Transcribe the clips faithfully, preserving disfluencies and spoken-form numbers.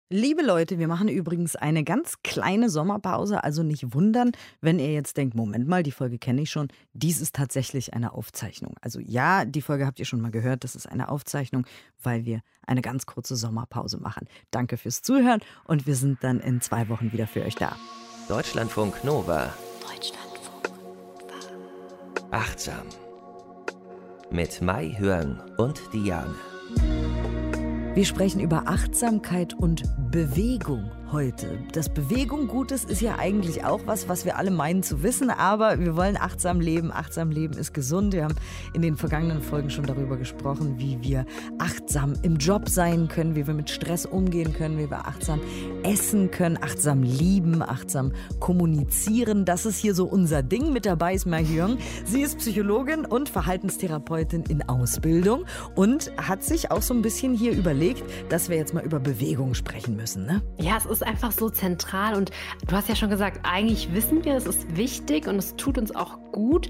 Liebe Leute, wir machen übrigens eine ganz kleine Sommerpause, also nicht wundern, wenn ihr jetzt denkt, Moment mal, die Folge kenne ich schon. Dies ist tatsächlich eine Aufzeichnung. Also ja, die Folge habt ihr schon mal gehört, das ist eine Aufzeichnung, weil wir eine ganz kurze Sommerpause machen. Danke fürs Zuhören und wir sind dann in zwei Wochen wieder für euch da. Deutschlandfunk Nova. Deutschlandfunk Nova. Achtsam. Mit Mai Hörn und Diane. Wir sprechen über Achtsamkeit und Bewegung heute. Dass Bewegung gut ist, ist ja eigentlich auch was, was wir alle meinen zu wissen, aber wir wollen achtsam leben. Achtsam leben ist gesund. Wir haben in den vergangenen Folgen schon darüber gesprochen, wie wir achtsam im Job sein können, wie wir mit Stress umgehen können, wie wir achtsam essen können, achtsam lieben, achtsam kommunizieren. Das ist hier so unser Ding. Mit dabei ist Mai Hörn. Sie ist Psychologin und Verhaltenstherapeutin in Ausbildung und hat sich auch so ein bisschen hier überlegt, dass wir jetzt mal über Bewegung sprechen müssen, ne? Ja, es ist einfach so zentral und du hast ja schon gesagt, eigentlich wissen wir, es ist wichtig und es tut uns auch gut,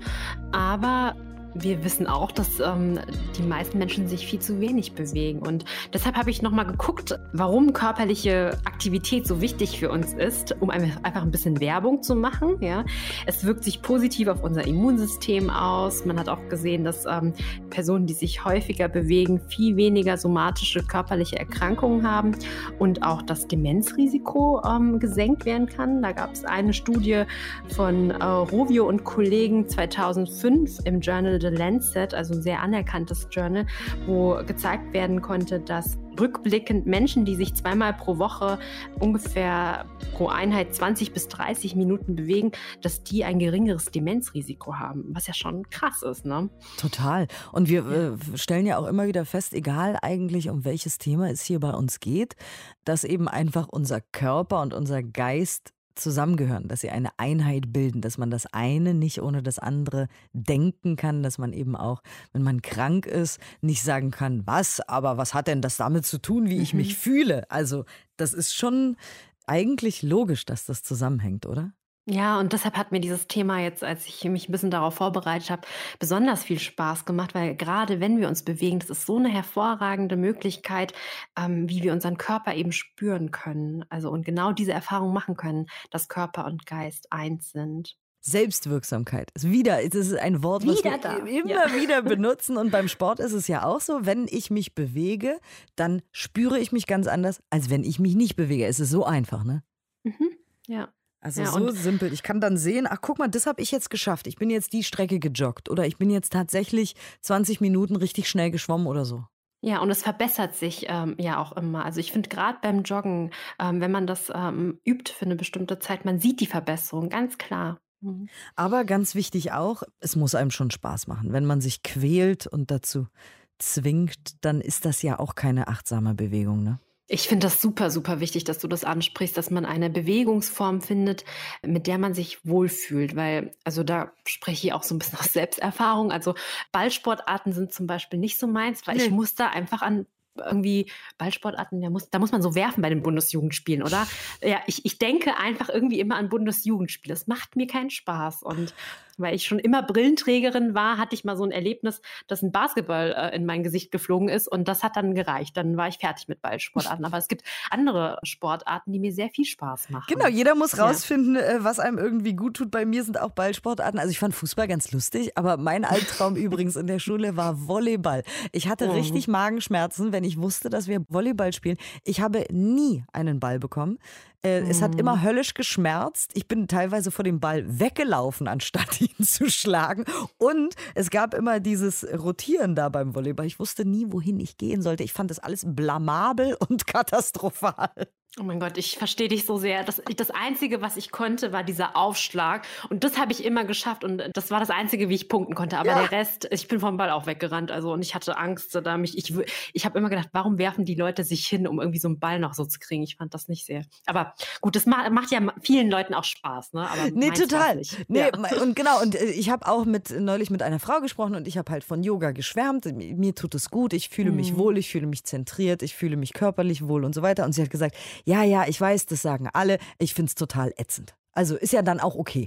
aber wir wissen auch, dass ähm, die meisten Menschen sich viel zu wenig bewegen. Und deshalb habe ich nochmal geguckt, warum körperliche Aktivität so wichtig für uns ist, um einfach ein bisschen Werbung zu machen. Ja. Es wirkt sich positiv auf unser Immunsystem aus. Man hat auch gesehen, dass ähm, Personen, die sich häufiger bewegen, viel weniger somatische körperliche Erkrankungen haben und auch das Demenzrisiko ähm, gesenkt werden kann. Da gab es eine Studie von äh, Rovio und Kollegen zweitausendfünf im Journal The Lancet, also ein sehr anerkanntes Journal, wo gezeigt werden konnte, dass rückblickend Menschen, die sich zweimal pro Woche ungefähr pro Einheit zwanzig bis dreißig Minuten bewegen, dass die ein geringeres Demenzrisiko haben, was ja schon krass ist, ne? Total. Und wir äh, stellen ja auch immer wieder fest, egal eigentlich um welches Thema es hier bei uns geht, dass eben einfach unser Körper und unser Geist zusammengehören, dass sie eine Einheit bilden, dass man das eine nicht ohne das andere denken kann, dass man eben auch, wenn man krank ist, nicht sagen kann, was, aber was hat denn das damit zu tun, wie ich Mhm. mich fühle? Also das ist schon eigentlich logisch, dass das zusammenhängt, oder? Ja, und deshalb hat mir dieses Thema jetzt, als ich mich ein bisschen darauf vorbereitet habe, besonders viel Spaß gemacht, weil gerade wenn wir uns bewegen, das ist so eine hervorragende Möglichkeit, ähm, wie wir unseren Körper eben spüren können. Also und genau diese Erfahrung machen können, dass Körper und Geist eins sind. Selbstwirksamkeit ist wieder, es ist ein Wort, was Wieder wir da, immer ja. wieder benutzen und beim Sport ist es ja auch so, wenn ich mich bewege, dann spüre ich mich ganz anders, als wenn ich mich nicht bewege. Es ist so einfach, ne? Mhm. Ja. Also Ja, so und simpel. Ich kann dann sehen, ach guck mal, das habe ich jetzt geschafft. Ich bin jetzt die Strecke gejoggt oder ich bin jetzt tatsächlich zwanzig Minuten richtig schnell geschwommen oder so. Ja, und es verbessert sich ähm, ja auch immer. Also ich finde gerade beim Joggen, ähm, wenn man das ähm, übt für eine bestimmte Zeit, man sieht die Verbesserung, ganz klar. Mhm. Aber ganz wichtig auch, es muss einem schon Spaß machen. Wenn man sich quält und dazu zwingt, dann ist das ja auch keine achtsame Bewegung, ne? Ich finde das super, super wichtig, dass du das ansprichst, dass man eine Bewegungsform findet, mit der man sich wohlfühlt. Weil, also da spreche ich auch so ein bisschen aus Selbsterfahrung. Also Ballsportarten sind zum Beispiel nicht so meins, weil ich Nee. muss da einfach an irgendwie Ballsportarten, da muss, da muss man so werfen bei den Bundesjugendspielen, oder? Ja, ich, ich denke einfach irgendwie immer an Bundesjugendspiele. Das macht mir keinen Spaß. Und weil ich schon immer Brillenträgerin war, hatte ich mal so ein Erlebnis, dass ein Basketball äh, in mein Gesicht geflogen ist und das hat dann gereicht. Dann war ich fertig mit Ballsportarten. Aber es gibt andere Sportarten, die mir sehr viel Spaß machen. Genau, jeder muss Ja. rausfinden, äh, was einem irgendwie gut tut. Bei mir sind auch Ballsportarten. Also ich fand Fußball ganz lustig, aber mein Albtraum übrigens in der Schule war Volleyball. Ich hatte Mhm. richtig Magenschmerzen, wenn ich wusste, dass wir Volleyball spielen. Ich habe nie einen Ball bekommen. Äh, Es hat Mhm. immer höllisch geschmerzt. Ich bin teilweise vor dem Ball weggelaufen, anstatt ihn zu schlagen. Und es gab immer dieses Rotieren da beim Volleyball. Ich wusste nie, wohin ich gehen sollte. Ich fand das alles blamabel und katastrophal. Oh mein Gott, ich verstehe dich so sehr. Das, das Einzige, was ich konnte, war dieser Aufschlag. Und das habe ich immer geschafft. Und das war das Einzige, wie ich punkten konnte. Aber Ja. der Rest, ich bin vom Ball auch weggerannt. Also, und ich hatte Angst, da mich, ich, w- ich habe immer gedacht, warum werfen die Leute sich hin, um irgendwie so einen Ball noch so zu kriegen? Ich fand das nicht sehr. Aber gut, das macht, macht ja vielen Leuten auch Spaß, ne? Aber Nee, meins war's total. nicht. Nee, Ja. und genau, und äh, ich habe auch mit neulich mit einer Frau gesprochen und ich habe halt von Yoga geschwärmt. Mir mir tut es gut, ich fühle mich Mhm. wohl, ich fühle mich zentriert, ich fühle mich körperlich wohl und so weiter. Und sie hat gesagt, ja, ja, ich weiß, das sagen alle, ich finde es total ätzend. Also ist ja dann auch okay.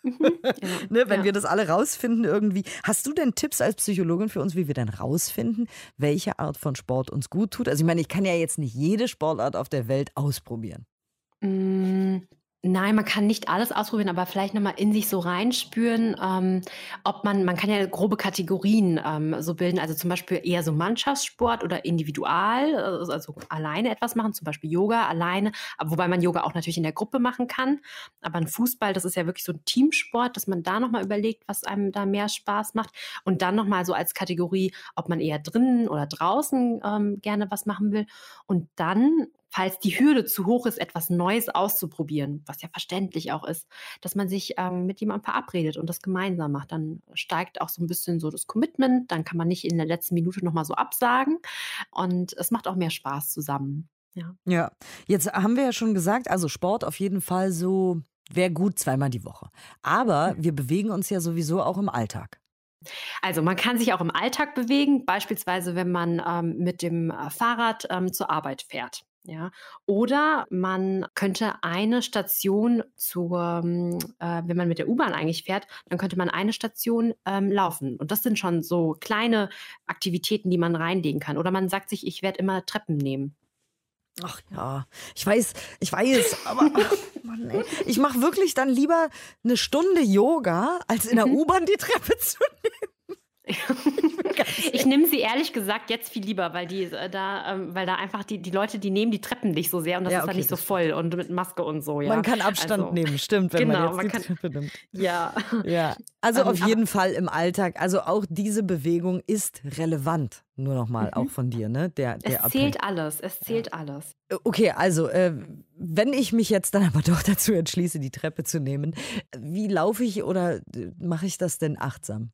Mhm. Ja, ne, wenn ja. wir das alle rausfinden irgendwie. Hast du denn Tipps als Psychologin für uns, wie wir denn rausfinden, welche Art von Sport uns gut tut? Also ich meine, ich kann ja jetzt nicht jede Sportart auf der Welt ausprobieren. Mm, Nein, man kann nicht alles ausprobieren, aber vielleicht nochmal in sich so reinspüren, ähm, ob man, man kann ja grobe Kategorien ähm, so bilden, also zum Beispiel eher so Mannschaftssport oder individual, also also alleine etwas machen, zum Beispiel Yoga alleine, aber wobei man Yoga auch natürlich in der Gruppe machen kann. Aber ein Fußball, das ist ja wirklich so ein Teamsport, dass man da nochmal überlegt, was einem da mehr Spaß macht. Und dann nochmal so als Kategorie, ob man eher drinnen oder draußen ähm, gerne was machen will. Und dann, falls die Hürde zu hoch ist, etwas Neues auszuprobieren, was ja verständlich auch ist, dass man sich ähm, mit jemandem verabredet und das gemeinsam macht. Dann steigt auch so ein bisschen so das Commitment, dann kann man nicht in der letzten Minute nochmal so absagen und es macht auch mehr Spaß zusammen. Ja. Ja, jetzt haben wir ja schon gesagt, also Sport auf jeden Fall so, wäre gut zweimal die Woche. Aber wir bewegen uns ja sowieso auch im Alltag. Also man kann sich auch im Alltag bewegen, beispielsweise wenn man ähm, mit dem äh, Fahrrad ähm, zur Arbeit fährt. Ja, oder man könnte eine Station zur, ähm, äh, wenn man mit der U-Bahn eigentlich fährt, dann könnte man eine Station ähm, laufen. Und das sind schon so kleine Aktivitäten, die man reinlegen kann. Oder man sagt sich, ich werde immer Treppen nehmen. Ach ja, ich weiß, ich weiß, aber ach, Mann, ey. Ich mache wirklich dann lieber eine Stunde Yoga, als in der U-Bahn die Treppe zu nehmen. Ich nehme sie ehrlich gesagt jetzt viel lieber, weil die äh, da, ähm, weil da einfach die, die Leute, die nehmen die Treppen nicht so sehr und das Ja, ist dann okay, nicht so das voll und mit Maske und so. Ja. Man kann Abstand Also, nehmen, stimmt, wenn genau, man man jetzt die kann- Treppe nimmt. Ja. Ja, also Ähm, auf aber- jeden Fall im Alltag. Also auch diese Bewegung ist relevant. Nur nochmal auch von dir, ne? Der, der Es Appell. zählt alles, es zählt alles. Okay, also äh, wenn ich mich jetzt dann aber doch dazu entschließe, die Treppe zu nehmen, wie laufe ich oder äh, mache ich das denn achtsam?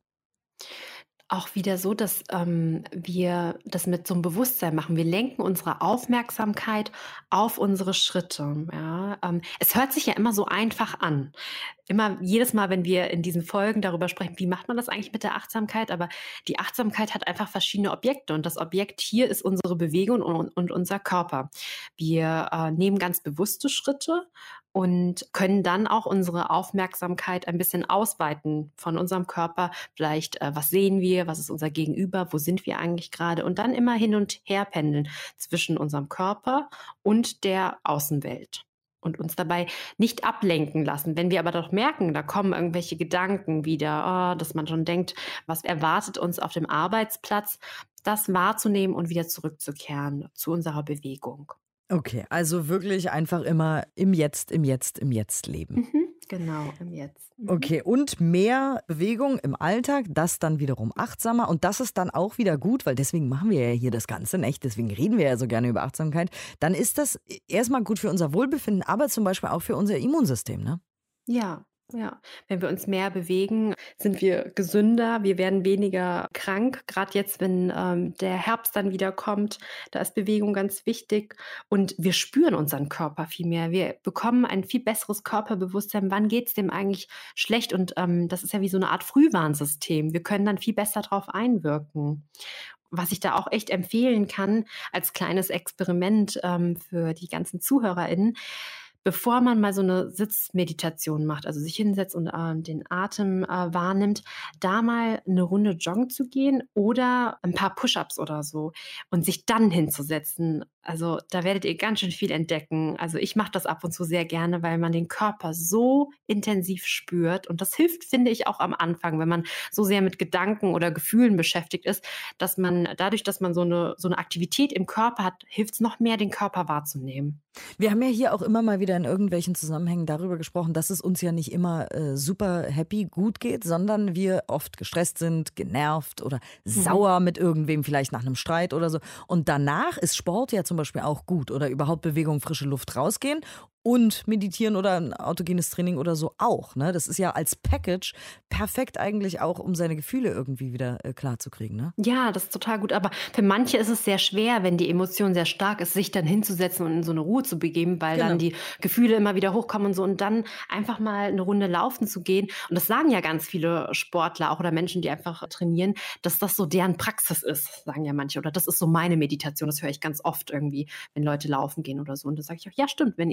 Auch wieder so, dass ähm, wir das mit so einem Bewusstsein machen. Wir lenken unsere Aufmerksamkeit auf unsere Schritte. Ja? Ähm, es hört sich ja immer so einfach an. Immer jedes Mal, wenn wir in diesen Folgen darüber sprechen, wie macht man das eigentlich mit der Achtsamkeit? Aber die Achtsamkeit hat einfach verschiedene Objekte und das Objekt hier ist unsere Bewegung und, und unser Körper. Wir äh, nehmen ganz bewusste Schritte und können dann auch unsere Aufmerksamkeit ein bisschen ausweiten von unserem Körper. Vielleicht, äh, was sehen wir, was ist unser Gegenüber, wo sind wir eigentlich gerade? Und dann immer hin und her pendeln zwischen unserem Körper und der Außenwelt. Und uns dabei nicht ablenken lassen. Wenn wir aber doch merken, da kommen irgendwelche Gedanken wieder, oh, dass man schon denkt, was erwartet uns auf dem Arbeitsplatz, das wahrzunehmen und wieder zurückzukehren zu unserer Bewegung. Okay, also wirklich einfach immer im Jetzt, im Jetzt, im Jetzt leben. Mhm, genau, im Jetzt. Mhm. Okay, und mehr Bewegung im Alltag, das dann wiederum achtsamer. Und das ist dann auch wieder gut, weil deswegen machen wir ja hier das Ganze nicht, deswegen reden wir ja so gerne über Achtsamkeit. Dann ist das erstmal gut für unser Wohlbefinden, aber zum Beispiel auch für unser Immunsystem, ne? Ja, ja. Wenn wir uns mehr bewegen, sind wir gesünder, wir werden weniger krank. Gerade jetzt, wenn ähm, der Herbst dann wieder kommt, da ist Bewegung ganz wichtig. Und wir spüren unseren Körper viel mehr. Wir bekommen ein viel besseres Körperbewusstsein. Wann geht es dem eigentlich schlecht? Und ähm, das ist ja wie so eine Art Frühwarnsystem. Wir können dann viel besser darauf einwirken. Was ich da auch echt empfehlen kann, als kleines Experiment ähm, für die ganzen ZuhörerInnen, bevor man mal so eine Sitzmeditation macht, also sich hinsetzt und äh, den Atem äh, wahrnimmt, da mal eine Runde joggen zu gehen oder ein paar Push-ups oder so und sich dann hinzusetzen. Also da werdet ihr ganz schön viel entdecken. Also ich mache das ab und zu sehr gerne, weil man den Körper so intensiv spürt und das hilft, finde ich, auch am Anfang, wenn man so sehr mit Gedanken oder Gefühlen beschäftigt ist, dass man dadurch, dass man so eine, so eine Aktivität im Körper hat, hilft es noch mehr, den Körper wahrzunehmen. Wir haben ja hier auch immer mal wieder in irgendwelchen Zusammenhängen darüber gesprochen, dass es uns ja nicht immer äh, super happy gut geht, sondern wir oft gestresst sind, genervt oder sauer mit irgendwem, vielleicht nach einem Streit oder so. Und danach ist Sport ja zum Beispiel auch gut oder überhaupt Bewegung, frische Luft rausgehen und meditieren oder ein autogenes Training oder so auch. Ne? Das ist ja als Package perfekt eigentlich auch, um seine Gefühle irgendwie wieder äh, klar zu kriegen. Ne? Ja, das ist total gut. Aber für manche ist es sehr schwer, wenn die Emotion sehr stark ist, sich dann hinzusetzen und in so eine Ruhe zu begeben, weil Genau. dann die Gefühle immer wieder hochkommen und so. Und dann einfach mal eine Runde laufen zu gehen. Und das sagen ja ganz viele Sportler auch oder Menschen, die einfach trainieren, dass das so deren Praxis ist, sagen ja manche. Oder das ist so meine Meditation. Das höre ich ganz oft irgendwie, wenn Leute laufen gehen oder so. Und da sage ich auch, ja stimmt, wenn ihr das ganz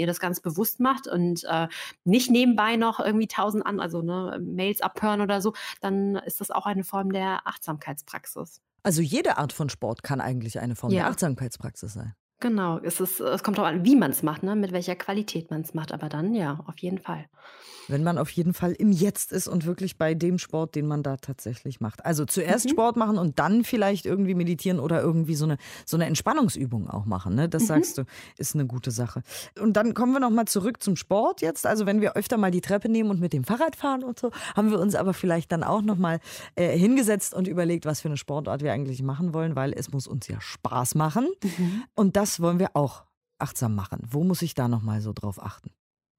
bewusst macht und äh, nicht nebenbei noch irgendwie tausend andere, also ne, Mails abhören oder so, dann ist das auch eine Form der Achtsamkeitspraxis. Also jede Art von Sport kann eigentlich eine Form der Ja. Achtsamkeitspraxis sein. Genau, es, ist, es kommt auch an, wie man es macht, ne? Mit welcher Qualität man es macht, aber dann ja, auf jeden Fall. Wenn man auf jeden Fall im Jetzt ist und wirklich bei dem Sport, den man da tatsächlich macht. Also zuerst Mhm. Sport machen und dann vielleicht irgendwie meditieren oder irgendwie so eine, so eine Entspannungsübung auch machen. Ne? Das Mhm. sagst du, ist eine gute Sache. Und dann kommen wir nochmal zurück zum Sport jetzt. Also wenn wir öfter mal die Treppe nehmen und mit dem Fahrrad fahren und so, haben wir uns aber vielleicht dann auch nochmal äh, hingesetzt und überlegt, was für eine Sportart wir eigentlich machen wollen, weil es muss uns ja Spaß machen. Mhm. Und das wollen wir auch achtsam machen. Wo muss ich da nochmal so drauf achten?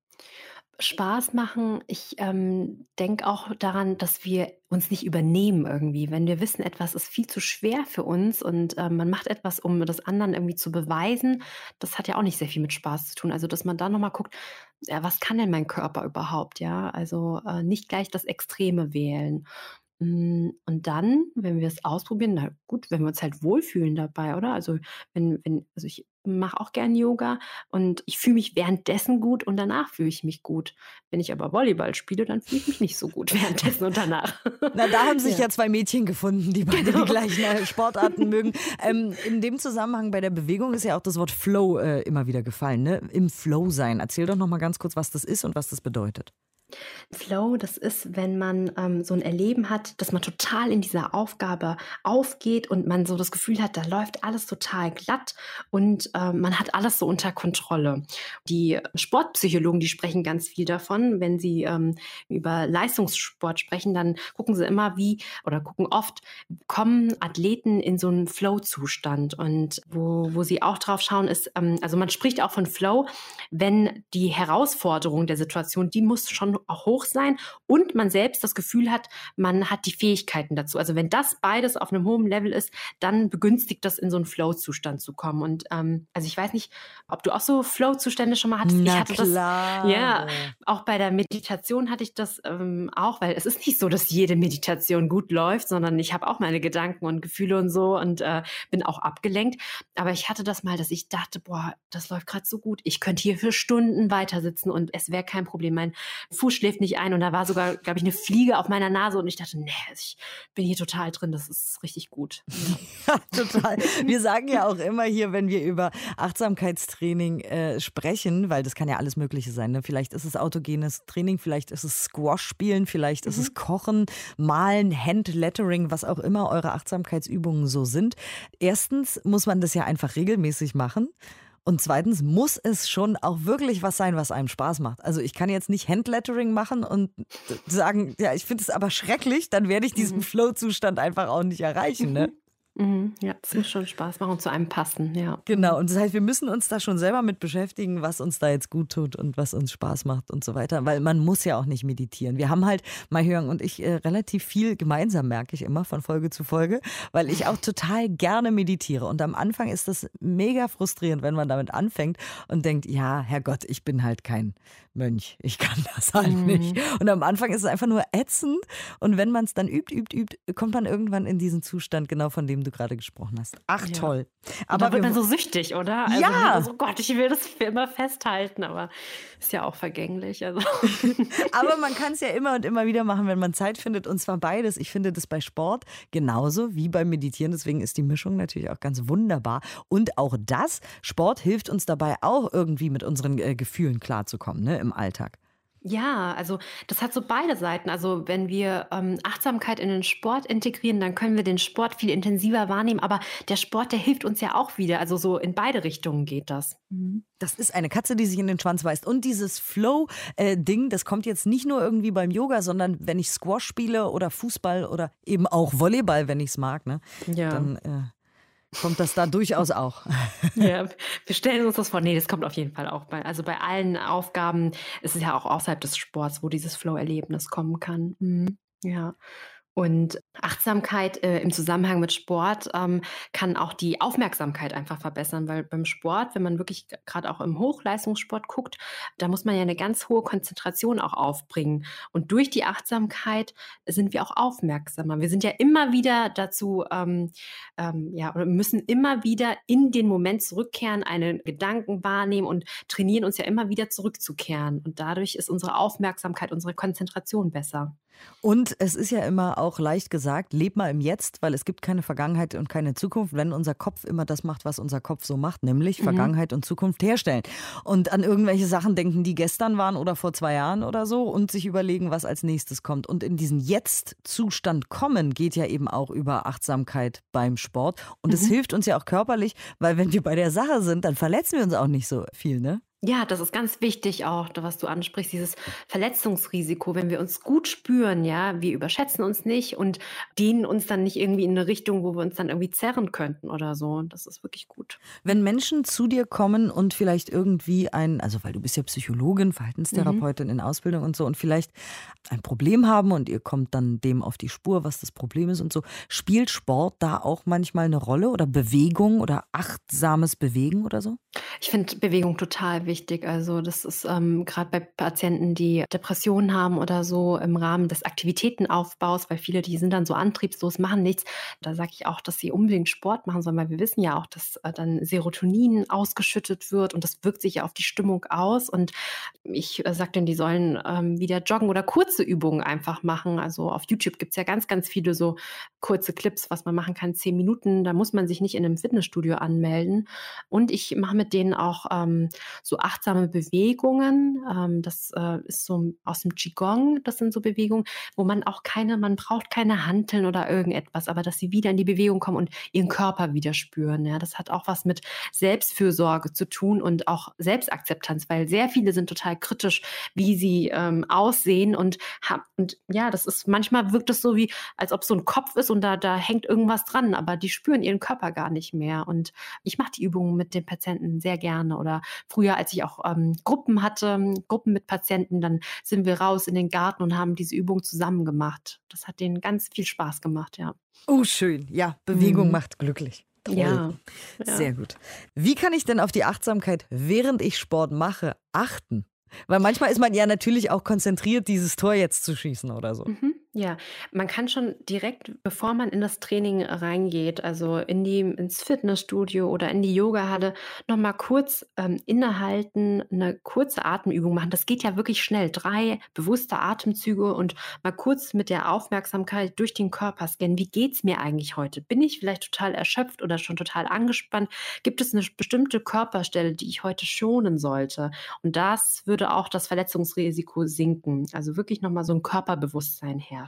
Spaß machen. Ich ähm, denke auch daran, dass wir uns nicht übernehmen irgendwie. Wenn wir wissen, etwas ist viel zu schwer für uns und ähm, man macht etwas, um das anderen irgendwie zu beweisen, das hat ja auch nicht sehr viel mit Spaß zu tun. Also, dass man da nochmal guckt, ja, was kann denn mein Körper überhaupt, ja? Also äh, nicht gleich das Extreme wählen. Mm, Und dann, wenn wir es ausprobieren, na gut, wenn wir uns halt wohlfühlen dabei, oder? Also, wenn, wenn, also ich mache auch gern Yoga und ich fühle mich währenddessen gut und danach fühle ich mich gut. Wenn ich aber Volleyball spiele, dann fühle ich mich nicht so gut währenddessen und danach. Na, da haben sich Ja. ja zwei Mädchen gefunden, die beide Genau. die gleichen äh, Sportarten mögen. Ähm, in dem Zusammenhang bei der Bewegung ist ja auch das Wort Flow äh, immer wieder gefallen. Ne? Im Flow sein. Erzähl doch noch mal ganz kurz, was das ist und was das bedeutet. Flow, das ist, wenn man ähm, so ein Erleben hat, dass man total in dieser Aufgabe aufgeht und man so das Gefühl hat, da läuft alles total glatt und ähm, man hat alles so unter Kontrolle. Die Sportpsychologen, die sprechen ganz viel davon. Wenn sie ähm, über Leistungssport sprechen, dann gucken sie immer wie oder gucken oft, kommen Athleten in so einen Flow-Zustand. Und wo, wo sie auch drauf schauen, ist, ähm, also man spricht auch von Flow, wenn die Herausforderung der Situation, die muss schon auch hoch sein und man selbst das Gefühl hat, man hat die Fähigkeiten dazu. Also wenn das beides auf einem hohen Level ist, dann begünstigt das, in so einen Flow-Zustand zu kommen. Und ähm, also ich weiß nicht, ob du auch so Flow-Zustände schon mal hattest. Na ich hatte klar. das, ja, auch bei der Meditation hatte ich das ähm, auch, weil es ist nicht so, dass jede Meditation gut läuft, sondern ich habe auch meine Gedanken und Gefühle und so und äh, bin auch abgelenkt. Aber ich hatte das mal, dass ich dachte, boah, das läuft gerade so gut. Ich könnte hier für Stunden weiter sitzen und es wäre kein Problem. Mein Fuß schläft nicht ein und da war sogar, glaube ich, eine Fliege auf meiner Nase und ich dachte, nee, ich bin hier total drin, das ist richtig gut. Ja, total. Wir sagen ja auch immer hier, wenn wir über Achtsamkeitstraining äh, sprechen, weil das kann ja alles Mögliche sein. Ne? Vielleicht ist es autogenes Training, vielleicht ist es Squash spielen, vielleicht ist Mhm. es Kochen, Malen, Handlettering, was auch immer eure Achtsamkeitsübungen so sind. Erstens muss man das ja einfach regelmäßig machen. Und zweitens muss es schon auch wirklich was sein, was einem Spaß macht. Also ich kann jetzt nicht Handlettering machen und sagen, ja, ich finde es aber schrecklich, dann werde ich diesen Mhm. Flow-Zustand einfach auch nicht erreichen. Ne? Mhm. Ja, es muss schon Spaß machen und zu einem passen, ja. Genau, und das heißt, wir müssen uns da schon selber mit beschäftigen, was uns da jetzt gut tut und was uns Spaß macht und so weiter, weil man muss ja auch nicht meditieren. Wir haben halt, Mai-Hyung und ich, äh, relativ viel gemeinsam, merke ich immer, von Folge zu Folge, weil ich auch total gerne meditiere und am Anfang ist das mega frustrierend, wenn man damit anfängt und denkt, ja, Herrgott, ich bin halt kein Mönch, ich kann das halt Mhm. nicht. Und am Anfang ist es einfach nur ätzend und wenn man es dann übt, übt, übt, kommt man irgendwann in diesen Zustand, genau von dem du gerade gesprochen hast. Ach, Ja. toll. Aber da wird wir- man so süchtig, oder? Also, Ja. Also, oh Gott, ich will das für immer festhalten, aber ist ja auch vergänglich. Also. Aber man kann es ja immer und immer wieder machen, wenn man Zeit findet. Und zwar beides. Ich finde das bei Sport genauso wie beim Meditieren. Deswegen ist die Mischung natürlich auch ganz wunderbar. Und auch das, Sport hilft uns dabei auch irgendwie mit unseren äh, Gefühlen klarzukommen, ne, im Alltag. Ja, also das hat so beide Seiten. Also wenn wir ähm, Achtsamkeit in den Sport integrieren, dann können wir den Sport viel intensiver wahrnehmen. Aber der Sport, der hilft uns ja auch wieder. Also so in beide Richtungen geht das. Mhm. Das ist eine Katze, die sich in den Schwanz beißt. Und dieses Flow-Ding, das kommt jetzt nicht nur irgendwie beim Yoga, sondern wenn ich Squash spiele oder Fußball oder eben auch Volleyball, wenn ich es mag, ne, Ja. dann äh, kommt das da durchaus auch. Ja, wir stellen uns das vor. Nee, das kommt auf jeden Fall auch bei. Also bei allen Aufgaben ist es ja auch außerhalb des Sports, wo dieses Flow-Erlebnis kommen kann. Mhm. Ja. Und Achtsamkeit äh, im Zusammenhang mit Sport ähm, kann auch die Aufmerksamkeit einfach verbessern, weil beim Sport, wenn man wirklich gerade auch im Hochleistungssport guckt, da muss man ja eine ganz hohe Konzentration auch aufbringen. Und durch die Achtsamkeit sind wir auch aufmerksamer. Wir sind ja immer wieder dazu, ähm, ähm, ja, oder müssen immer wieder in den Moment zurückkehren, einen Gedanken wahrnehmen und trainieren uns ja immer wieder zurückzukehren. Und dadurch ist unsere Aufmerksamkeit, unsere Konzentration besser. Und es ist ja immer auch leicht gesagt, leb mal im Jetzt, weil es gibt keine Vergangenheit und keine Zukunft, wenn unser Kopf immer das macht, was unser Kopf so macht, nämlich Mhm. Vergangenheit und Zukunft herstellen. Und an irgendwelche Sachen denken, die gestern waren oder vor zwei Jahren oder so und sich überlegen, was als nächstes kommt. Und in diesen Jetzt-Zustand kommen geht ja eben auch über Achtsamkeit beim Sport. Und es Mhm. hilft uns ja auch körperlich, weil wenn wir bei der Sache sind, dann verletzen wir uns auch nicht so viel, ne? Ja, das ist ganz wichtig auch, da was du ansprichst, dieses Verletzungsrisiko, wenn wir uns gut spüren, ja, wir überschätzen uns nicht und dehnen uns dann nicht irgendwie in eine Richtung, wo wir uns dann irgendwie zerren könnten oder so. Das ist wirklich gut. Wenn Menschen zu dir kommen und vielleicht irgendwie ein, also weil du bist ja Psychologin, Verhaltenstherapeutin in Ausbildung und so und vielleicht ein Problem haben und ihr kommt dann dem auf die Spur, was das Problem ist und so, spielt Sport da auch manchmal eine Rolle oder Bewegung oder achtsames Bewegen oder so? Ich finde Bewegung total wichtig. Also das ist ähm, gerade bei Patienten, die Depressionen haben oder so im Rahmen des Aktivitätenaufbaus, weil viele, die sind dann so antriebslos, machen nichts. Da sage ich auch, dass sie unbedingt Sport machen sollen, weil wir wissen ja auch, dass äh, dann Serotonin ausgeschüttet wird und das wirkt sich ja auf die Stimmung aus. Und ich äh, sage denen, die sollen ähm, wieder joggen oder kurze Übungen einfach machen. Also auf YouTube gibt es ja ganz, ganz viele so kurze Clips, was man machen kann, zehn Minuten. Da muss man sich nicht in einem Fitnessstudio anmelden. Und ich mache mit denen auch ähm, so achtsame Bewegungen. Ähm, das äh, ist so aus dem Qigong. Das sind so Bewegungen, wo man auch keine, man braucht keine Hanteln oder irgendetwas, aber dass sie wieder in die Bewegung kommen und ihren Körper wieder spüren. Ja, das hat auch was mit Selbstfürsorge zu tun und auch Selbstakzeptanz, weil sehr viele sind total kritisch, wie sie ähm, aussehen und, ha- und ja, das ist manchmal wirkt es so wie, als ob so ein Kopf ist und da, da hängt irgendwas dran, aber die spüren ihren Körper gar nicht mehr. Und ich mache die Übungen mit den Patienten sehr gerne. Oder früher, als ich auch ähm, Gruppen hatte, Gruppen mit Patienten, dann sind wir raus in den Garten und haben diese Übung zusammen gemacht. Das hat denen ganz viel Spaß gemacht, ja. Oh, schön. Ja, Bewegung Mhm. macht glücklich. Toll. Ja, ja. Sehr gut. Wie kann ich denn auf die Achtsamkeit, während ich Sport mache, achten? Weil manchmal ist man ja natürlich auch konzentriert, dieses Tor jetzt zu schießen oder so. Mhm. Ja, man kann schon direkt, bevor man in das Training reingeht, also in die, ins Fitnessstudio oder in die Yogahalle, nochmal kurz ähm, innehalten, eine kurze Atemübung machen. Das geht ja wirklich schnell. Drei bewusste Atemzüge und mal kurz mit der Aufmerksamkeit durch den Körper scannen. Wie geht's mir eigentlich heute? Bin ich vielleicht total erschöpft oder schon total angespannt? Gibt es eine bestimmte Körperstelle, die ich heute schonen sollte? Und das würde auch das Verletzungsrisiko sinken. Also wirklich nochmal so ein Körperbewusstsein herstellen.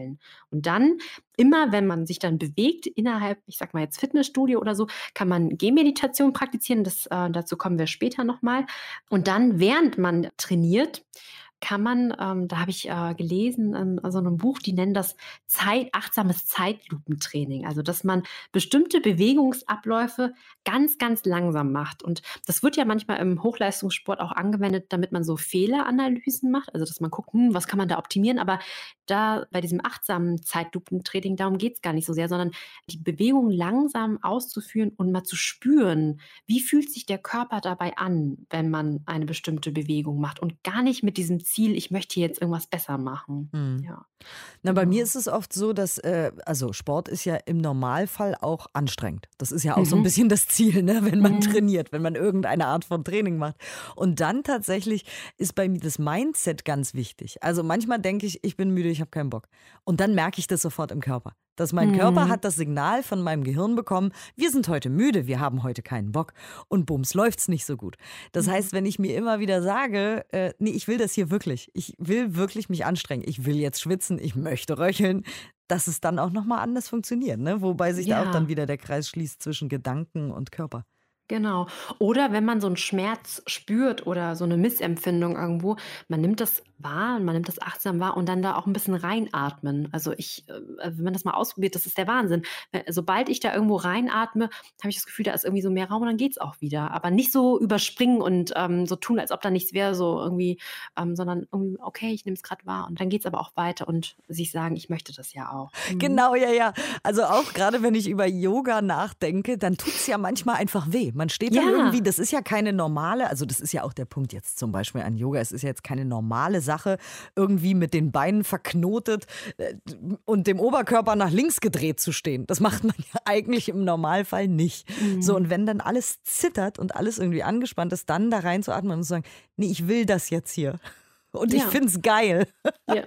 Und dann, immer wenn man sich dann bewegt, innerhalb, ich sag mal jetzt Fitnessstudio oder so, kann man Gehmeditation praktizieren. Das, äh, dazu kommen wir später nochmal. Und dann, während man trainiert, kann man, ähm, da habe ich äh, gelesen, in so einem Buch, die nennen das Zeit, achtsames Zeitlupentraining. Also, dass man bestimmte Bewegungsabläufe ganz, ganz langsam macht. Und das wird ja manchmal im Hochleistungssport auch angewendet, damit man so Fehleranalysen macht. Also, dass man guckt, hm, was kann man da optimieren. Aber da bei diesem achtsamen Zeitlupentraining, darum geht es gar nicht so sehr, sondern die Bewegung langsam auszuführen und mal zu spüren, wie fühlt sich der Körper dabei an, wenn man eine bestimmte Bewegung macht und gar nicht mit diesem Ziel, ich möchte jetzt irgendwas besser machen. Hm. Ja, Na, bei mir genau. ist es oft so, dass, äh, also Sport ist ja im Normalfall auch anstrengend. Das ist ja auch so ein Mhm. bisschen das Ziel, ne, wenn man Mhm. trainiert, wenn man irgendeine Art von Training macht. Und dann tatsächlich ist bei mir das Mindset ganz wichtig. Also manchmal denke ich, ich bin müde, ich habe keinen Bock. Und dann merke ich das sofort im Körper. Dass mein Körper Mhm. hat das Signal von meinem Gehirn bekommen, wir sind heute müde, wir haben heute keinen Bock und bums, läuft's nicht so gut. Das Mhm. heißt, wenn ich mir immer wieder sage, äh, nee, ich will das hier wirklich, ich will wirklich mich anstrengen, ich will jetzt schwitzen, ich möchte röcheln, dass es dann auch nochmal anders funktioniert, ne? Wobei sich da auch dann Ja. wieder der Kreis schließt zwischen Gedanken und Körper. Genau. Oder wenn man so einen Schmerz spürt oder so eine Missempfindung irgendwo, man nimmt das wahr und man nimmt das achtsam wahr und dann da auch ein bisschen reinatmen. Also, ich, äh wenn man das mal ausprobiert, das ist der Wahnsinn. We sobald ich da irgendwo reinatme, habe ich das Gefühl, da ist irgendwie so mehr Raum und dann geht's auch wieder. Aber nicht so überspringen und, ähm, so tun, als ob da nichts wäre, so irgendwie, ähm, sondern irgendwie: „Okay, ich nehme es gerade wahr." Und dann geht's aber auch weiter und sich sagen: „Ich möchte das ja auch." Mhm. Genau, ja, ja. Also auch gerade wenn ich über Yoga nachdenke, dann tut es ja manchmal einfach weh. Man steht dann Ja. irgendwie, das ist ja keine normale, also das ist ja auch der Punkt jetzt zum Beispiel an Yoga, es ist ja jetzt keine normale Sache, irgendwie mit den Beinen verknotet äh, und dem Oberkörper nach links gedreht zu stehen. Das macht man ja eigentlich im Normalfall nicht. So, und wenn dann alles zittert und alles irgendwie angespannt ist, dann da reinzuatmen und zu sagen, nee, ich will das jetzt hier. Und ich Ja. find's geil. Ja.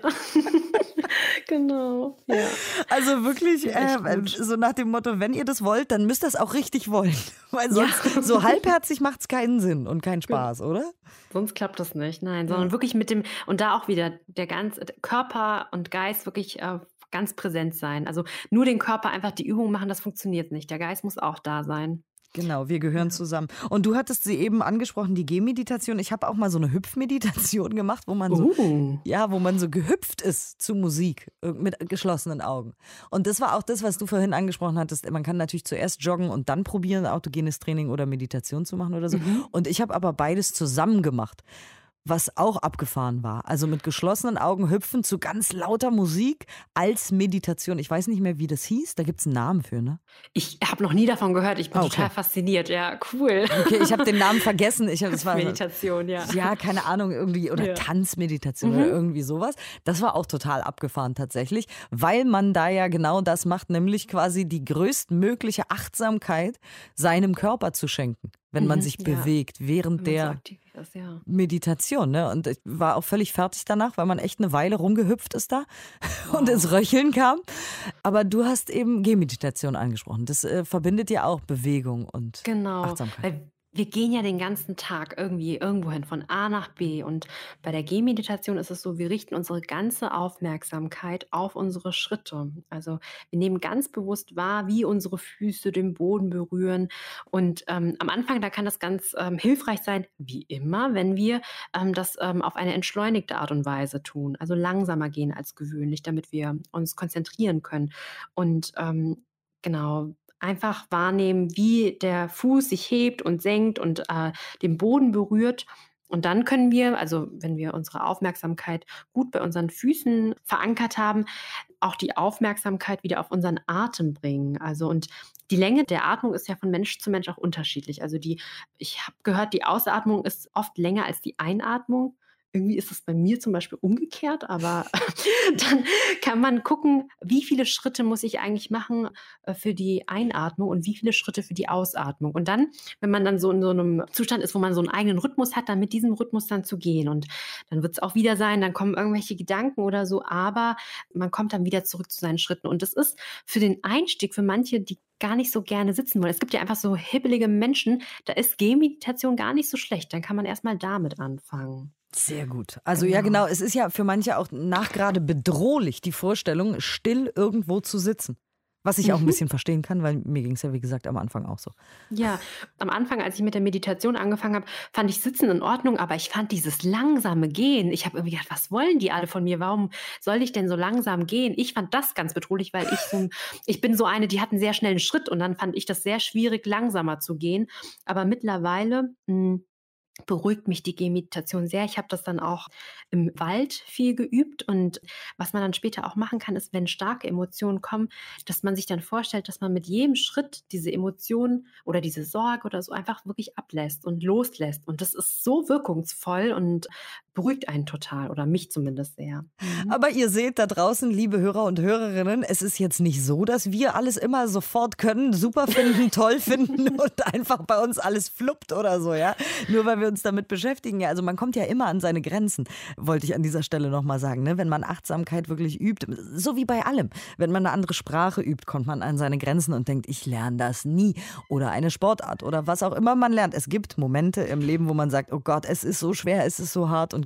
Genau, ja. Also wirklich Echt äh, gut. so nach dem Motto, wenn ihr das wollt, dann müsst ihr es auch richtig wollen. Weil sonst so halbherzig macht es keinen Sinn und keinen Spaß, oder? Sonst klappt das nicht, nein, sondern wirklich mit dem und da auch wieder der ganze Körper und Geist wirklich, äh, ganz präsent sein. Also, nur den Körper einfach die Übung machen, das funktioniert nicht. Der Geist muss auch da sein. Genau, wir gehören zusammen. Und du hattest sie eben angesprochen, die Gehmeditation. Ich habe auch mal so eine Hüpfmeditation gemacht, wo man so, Uh. ja, wo man so gehüpft ist zu Musik äh, mit geschlossenen Augen. Und das war auch das, was du vorhin angesprochen hattest. Man kann natürlich zuerst joggen und dann probieren, autogenes Training oder Meditation zu machen oder so. Und ich habe aber beides zusammen gemacht, was auch abgefahren war. Also mit geschlossenen Augen hüpfen zu ganz lauter Musik als Meditation. Ich weiß nicht mehr, wie das hieß. Da gibt es einen Namen für, ne? Ich habe noch nie davon gehört. Ich bin Ah, okay. total fasziniert. Ja, cool. Okay, ich habe den Namen vergessen. Ich hab, das war Meditation, ja. Ja, keine Ahnung, irgendwie, oder Ja. Tanzmeditation oder irgendwie sowas. Das war auch total abgefahren tatsächlich, weil man da ja genau das macht, nämlich quasi die größtmögliche Achtsamkeit seinem Körper zu schenken, wenn man Mhm, sich ja. bewegt während Wenn man so der aktiv ist, ja. Meditation. Ne? Und ich war auch völlig fertig danach, weil man echt eine Weile rumgehüpft ist da und ins Röcheln kam. Aber du hast eben Gehmeditation angesprochen. Das äh, verbindet ja auch Bewegung und Genau, Achtsamkeit. weil wir gehen ja den ganzen Tag irgendwie irgendwohin von A nach B und bei der Gehmeditation ist es so, wir richten unsere ganze Aufmerksamkeit auf unsere Schritte. Also wir nehmen ganz bewusst wahr, wie unsere Füße den Boden berühren und ähm, am Anfang, da kann das ganz ähm, hilfreich sein, wie immer, wenn wir ähm, das ähm, auf eine entschleunigte Art und Weise tun, also langsamer gehen als gewöhnlich, damit wir uns konzentrieren können und ähm, genau, einfach wahrnehmen, wie der Fuß sich hebt und senkt und äh, den Boden berührt. Und dann können wir, also wenn wir unsere Aufmerksamkeit gut bei unseren Füßen verankert haben, auch die Aufmerksamkeit wieder auf unseren Atem bringen. Also und die Länge der Atmung ist ja von Mensch zu Mensch auch unterschiedlich. Also die, ich habe gehört, die Ausatmung ist oft länger als die Einatmung. Irgendwie ist es bei mir zum Beispiel umgekehrt, aber dann kann man gucken, wie viele Schritte muss ich eigentlich machen äh, für die Einatmung und wie viele Schritte für die Ausatmung. Und dann, wenn man dann so in so einem Zustand ist, wo man so einen eigenen Rhythmus hat, dann mit diesem Rhythmus dann zu gehen. Und dann wird es auch wieder sein, dann kommen irgendwelche Gedanken oder so, aber man kommt dann wieder zurück zu seinen Schritten. Und das ist für den Einstieg, für manche, die gar nicht so gerne sitzen wollen. Es gibt ja einfach so hibbelige Menschen, da ist Gehmeditation gar nicht so schlecht. Dann kann man erstmal damit anfangen. Sehr gut. Also ja, Genau. genau. Es ist ja für manche auch nachgerade bedrohlich, die Vorstellung, still irgendwo zu sitzen. Was ich auch ein bisschen verstehen kann, weil mir ging es ja, wie gesagt, am Anfang auch so. Ja, am Anfang, als ich mit der Meditation angefangen habe, fand ich Sitzen in Ordnung, aber ich fand dieses langsame Gehen, ich habe irgendwie gedacht, was wollen die alle von mir? Warum soll ich denn so langsam gehen? Ich fand das ganz bedrohlich, weil ich so, ich bin so eine, die hat einen sehr schnellen Schritt und dann fand ich das sehr schwierig, langsamer zu gehen. Aber mittlerweile mh, beruhigt mich die Gehmeditation sehr. Ich habe das dann auch im Wald viel geübt und was man dann später auch machen kann, ist, wenn starke Emotionen kommen, dass man sich dann vorstellt, dass man mit jedem Schritt diese Emotionen oder diese Sorge oder so einfach wirklich ablässt und loslässt. Und das ist so wirkungsvoll und beruhigt einen total oder mich zumindest sehr. Mhm. Aber ihr seht da draußen, liebe Hörer und Hörerinnen, es ist jetzt nicht so, dass wir alles immer sofort können, super finden, toll finden und einfach bei uns alles fluppt oder so, ja. Nur weil wir uns damit beschäftigen. Ja, also man kommt ja immer an seine Grenzen, wollte ich an dieser Stelle nochmal sagen. Ne? Wenn man Achtsamkeit wirklich übt, so wie bei allem. Wenn man eine andere Sprache übt, kommt man an seine Grenzen und denkt, ich lerne das nie. Oder eine Sportart oder was auch immer man lernt. Es gibt Momente im Leben, wo man sagt, oh Gott, es ist so schwer, es ist so hart und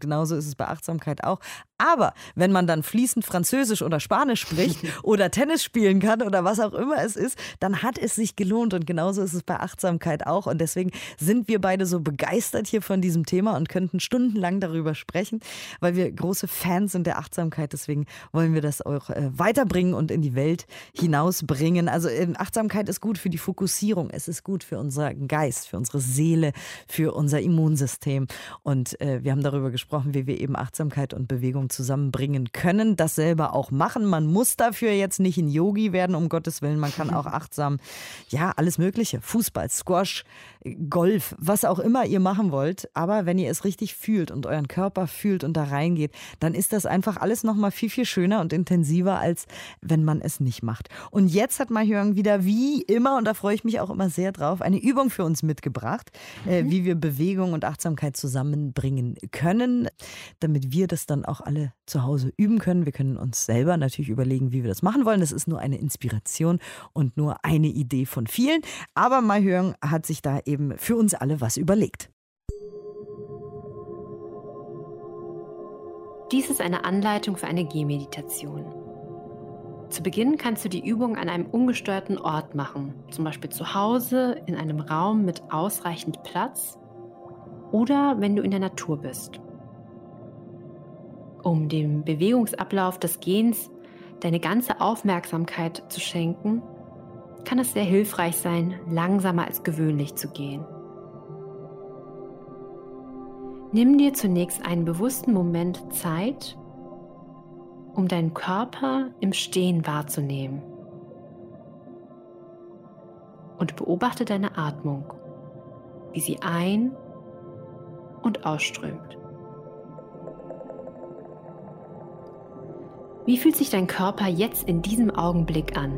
genauso ist es bei Achtsamkeit auch. Aber wenn man dann fließend Französisch oder Spanisch spricht oder Tennis spielen kann oder was auch immer es ist, dann hat es sich gelohnt. Und genauso ist es bei Achtsamkeit auch. Und deswegen sind wir beide so begeistert hier von diesem Thema und könnten stundenlang darüber sprechen, weil wir große Fans sind der Achtsamkeit. Deswegen wollen wir das auch äh, weiterbringen und in die Welt hinausbringen. Also äh, Achtsamkeit ist gut für die Fokussierung. Es ist gut für unseren Geist, für unsere Seele, für unser Immunsystem. Und äh, wir haben darüber gesprochen, wie wir eben Achtsamkeit und Bewegung zusammenbringen können, das selber auch machen. Man muss dafür jetzt nicht ein Yogi werden, um Gottes Willen. Man kann auch achtsam, ja, alles Mögliche, Fußball, Squash, Golf, was auch immer ihr machen wollt. Aber wenn ihr es richtig fühlt und euren Körper fühlt und da reingeht, dann ist das einfach alles nochmal viel, viel schöner und intensiver, als wenn man es nicht macht. Und jetzt hat Mai-Hyung wieder wie immer, und da freue ich mich auch immer sehr drauf, eine Übung für uns mitgebracht, mhm. äh, wie wir Bewegung und Achtsamkeit zusammenbringen können, damit wir das dann auch alle zu Hause üben können. Wir können uns selber natürlich überlegen, wie wir das machen wollen. Das ist nur eine Inspiration und nur eine Idee von vielen. Aber Mai-Hyung hat sich da eben für uns alle was überlegt. Dies ist eine Anleitung für eine Gehmeditation. Zu Beginn kannst du die Übung an einem ungestörten Ort machen, zum Beispiel zu Hause, in einem Raum mit ausreichend Platz oder wenn du in der Natur bist. Um dem Bewegungsablauf des Gehens deine ganze Aufmerksamkeit zu schenken, kann es sehr hilfreich sein, langsamer als gewöhnlich zu gehen. Nimm dir zunächst einen bewussten Moment Zeit, um deinen Körper im Stehen wahrzunehmen. Und beobachte deine Atmung, wie sie ein- und ausströmt. Wie fühlt sich dein Körper jetzt in diesem Augenblick an?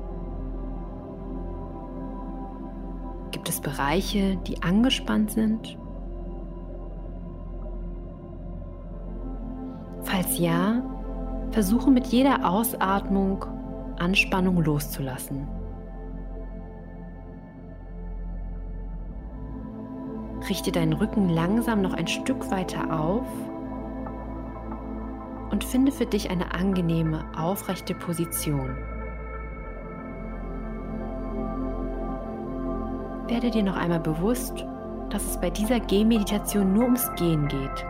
Gibt es Bereiche, die angespannt sind? Falls ja, versuche mit jeder Ausatmung Anspannung loszulassen. Richte deinen Rücken langsam noch ein Stück weiter auf und finde für dich eine angenehme, aufrechte Position. Werde dir noch einmal bewusst, dass es bei dieser Gehmeditation nur ums Gehen geht.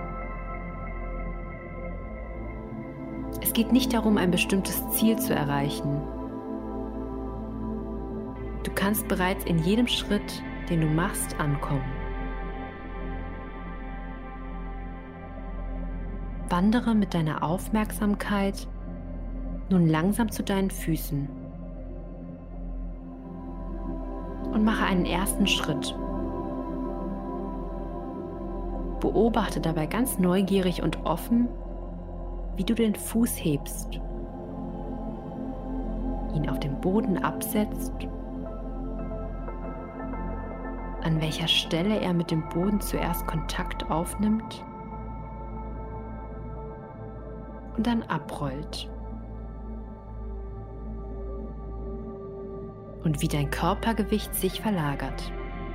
Es geht nicht darum, ein bestimmtes Ziel zu erreichen. Du kannst bereits in jedem Schritt, den du machst, ankommen. Wandere mit deiner Aufmerksamkeit nun langsam zu deinen Füßen und mache einen ersten Schritt. Beobachte dabei ganz neugierig und offen, wie du den Fuß hebst, ihn auf den Boden absetzt, an welcher Stelle er mit dem Boden zuerst Kontakt aufnimmt und dann abrollt. Und wie dein Körpergewicht sich verlagert.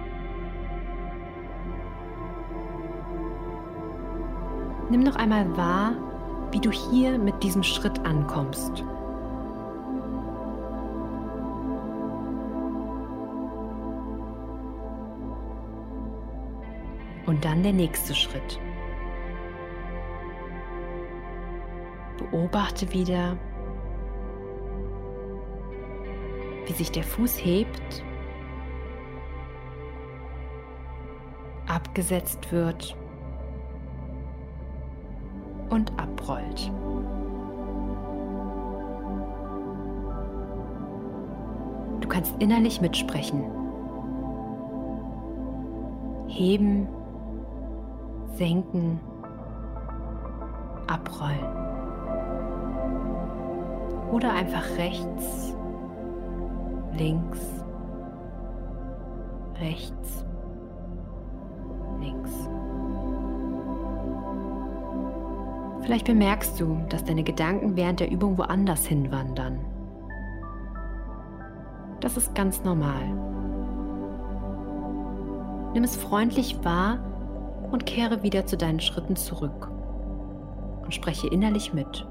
Nimm noch einmal wahr, wie du hier mit diesem Schritt ankommst. Und dann der nächste Schritt. Beobachte wieder, wie sich der Fuß hebt, abgesetzt wird und abrollt. Du kannst innerlich mitsprechen. Heben, senken, abrollen. Oder einfach rechts, links, rechts, links. Vielleicht bemerkst du, dass deine Gedanken während der Übung woanders hinwandern. Das ist ganz normal. Nimm es freundlich wahr und kehre wieder zu deinen Schritten zurück. und spreche innerlich mit.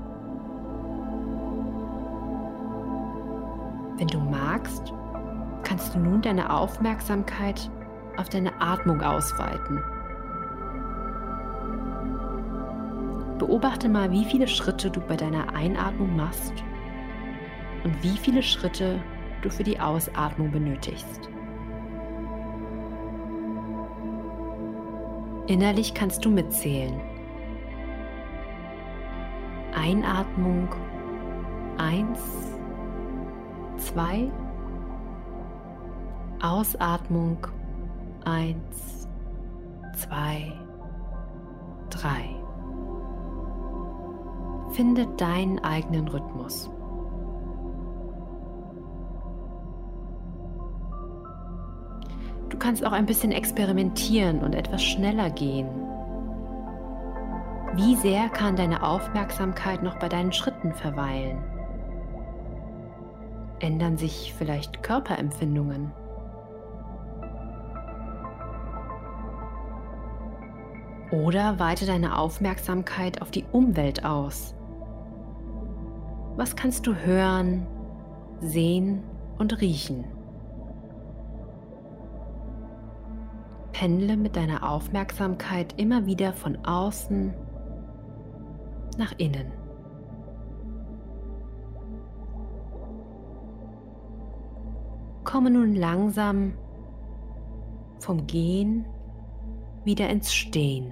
Wenn du magst, kannst du nun deine Aufmerksamkeit auf deine Atmung ausweiten. Beobachte mal, wie viele Schritte du bei deiner Einatmung machst und wie viele Schritte du für die Ausatmung benötigst. Innerlich kannst du mitzählen. Einatmung eins, zwei, Ausatmung eins, zwei, drei. Finde deinen eigenen Rhythmus. Du kannst auch ein bisschen experimentieren und etwas schneller gehen. Wie sehr kann deine Aufmerksamkeit noch bei deinen Schritten verweilen? Ändern sich vielleicht Körperempfindungen? Oder weite deine Aufmerksamkeit auf die Umwelt aus. Was kannst du hören, sehen und riechen? Pendle mit deiner Aufmerksamkeit immer wieder von außen nach innen. Komme nun langsam vom Gehen wieder ins Stehen.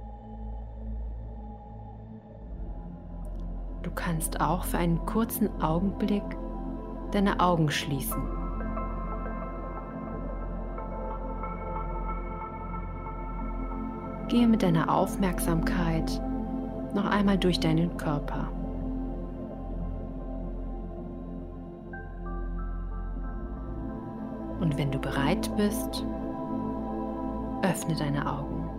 Du kannst auch für einen kurzen Augenblick deine Augen schließen. Gehe mit deiner Aufmerksamkeit noch einmal durch deinen Körper. Und wenn du bereit bist, öffne deine Augen.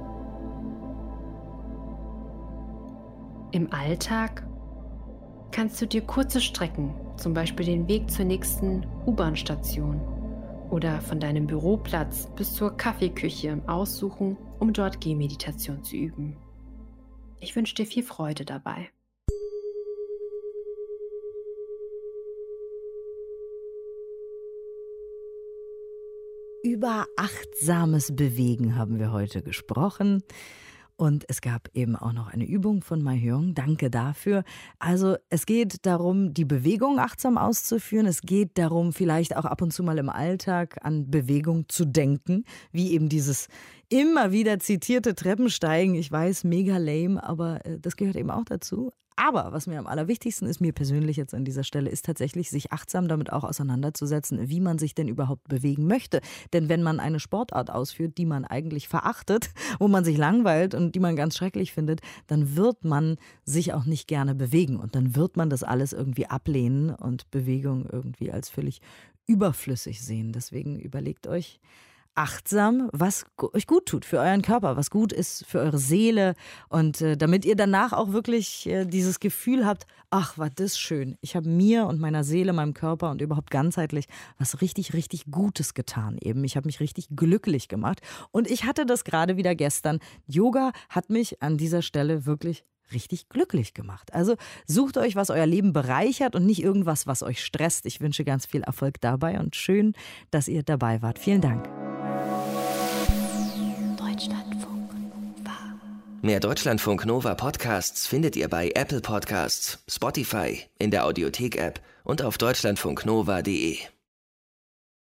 Im Alltag kannst du dir kurze Strecken, zum Beispiel den Weg zur nächsten U-Bahn-Station oder von deinem Büroplatz bis zur Kaffeeküche aussuchen, um dort Gehmeditation zu üben. Ich wünsche dir viel Freude dabei. Über achtsames Bewegen haben wir heute gesprochen. Und es gab eben auch noch eine Übung von Mai Hyung. Danke dafür. Also es geht darum, die Bewegung achtsam auszuführen. Es geht darum, vielleicht auch ab und zu mal im Alltag an Bewegung zu denken. Wie eben dieses immer wieder zitierte Treppensteigen. Ich weiß, mega lame, aber das gehört eben auch dazu. Aber was mir am allerwichtigsten ist, mir persönlich jetzt an dieser Stelle, ist tatsächlich, sich achtsam damit auch auseinanderzusetzen, wie man sich denn überhaupt bewegen möchte. Denn wenn man eine Sportart ausführt, die man eigentlich verachtet, wo man sich langweilt und die man ganz schrecklich findet, dann wird man sich auch nicht gerne bewegen. Und dann wird man das alles irgendwie ablehnen und Bewegung irgendwie als völlig überflüssig sehen. Deswegen überlegt euch achtsam, was euch gut tut für euren Körper, was gut ist für eure Seele und äh, damit ihr danach auch wirklich äh, dieses Gefühl habt, ach, war das schön. Ich habe mir und meiner Seele, meinem Körper und überhaupt ganzheitlich was richtig, richtig Gutes getan eben. Ich habe mich richtig glücklich gemacht und ich hatte das gerade wieder gestern. Yoga hat mich an dieser Stelle wirklich richtig glücklich gemacht. Also sucht euch, was euer Leben bereichert und nicht irgendwas, was euch stresst. Ich wünsche ganz viel Erfolg dabei und schön, dass ihr dabei wart. Vielen Dank. Deutschlandfunk Nova. Mehr Deutschlandfunk Nova Podcasts findet ihr bei Apple Podcasts, Spotify, in der Audiothek-App und auf deutschlandfunknova punkt de.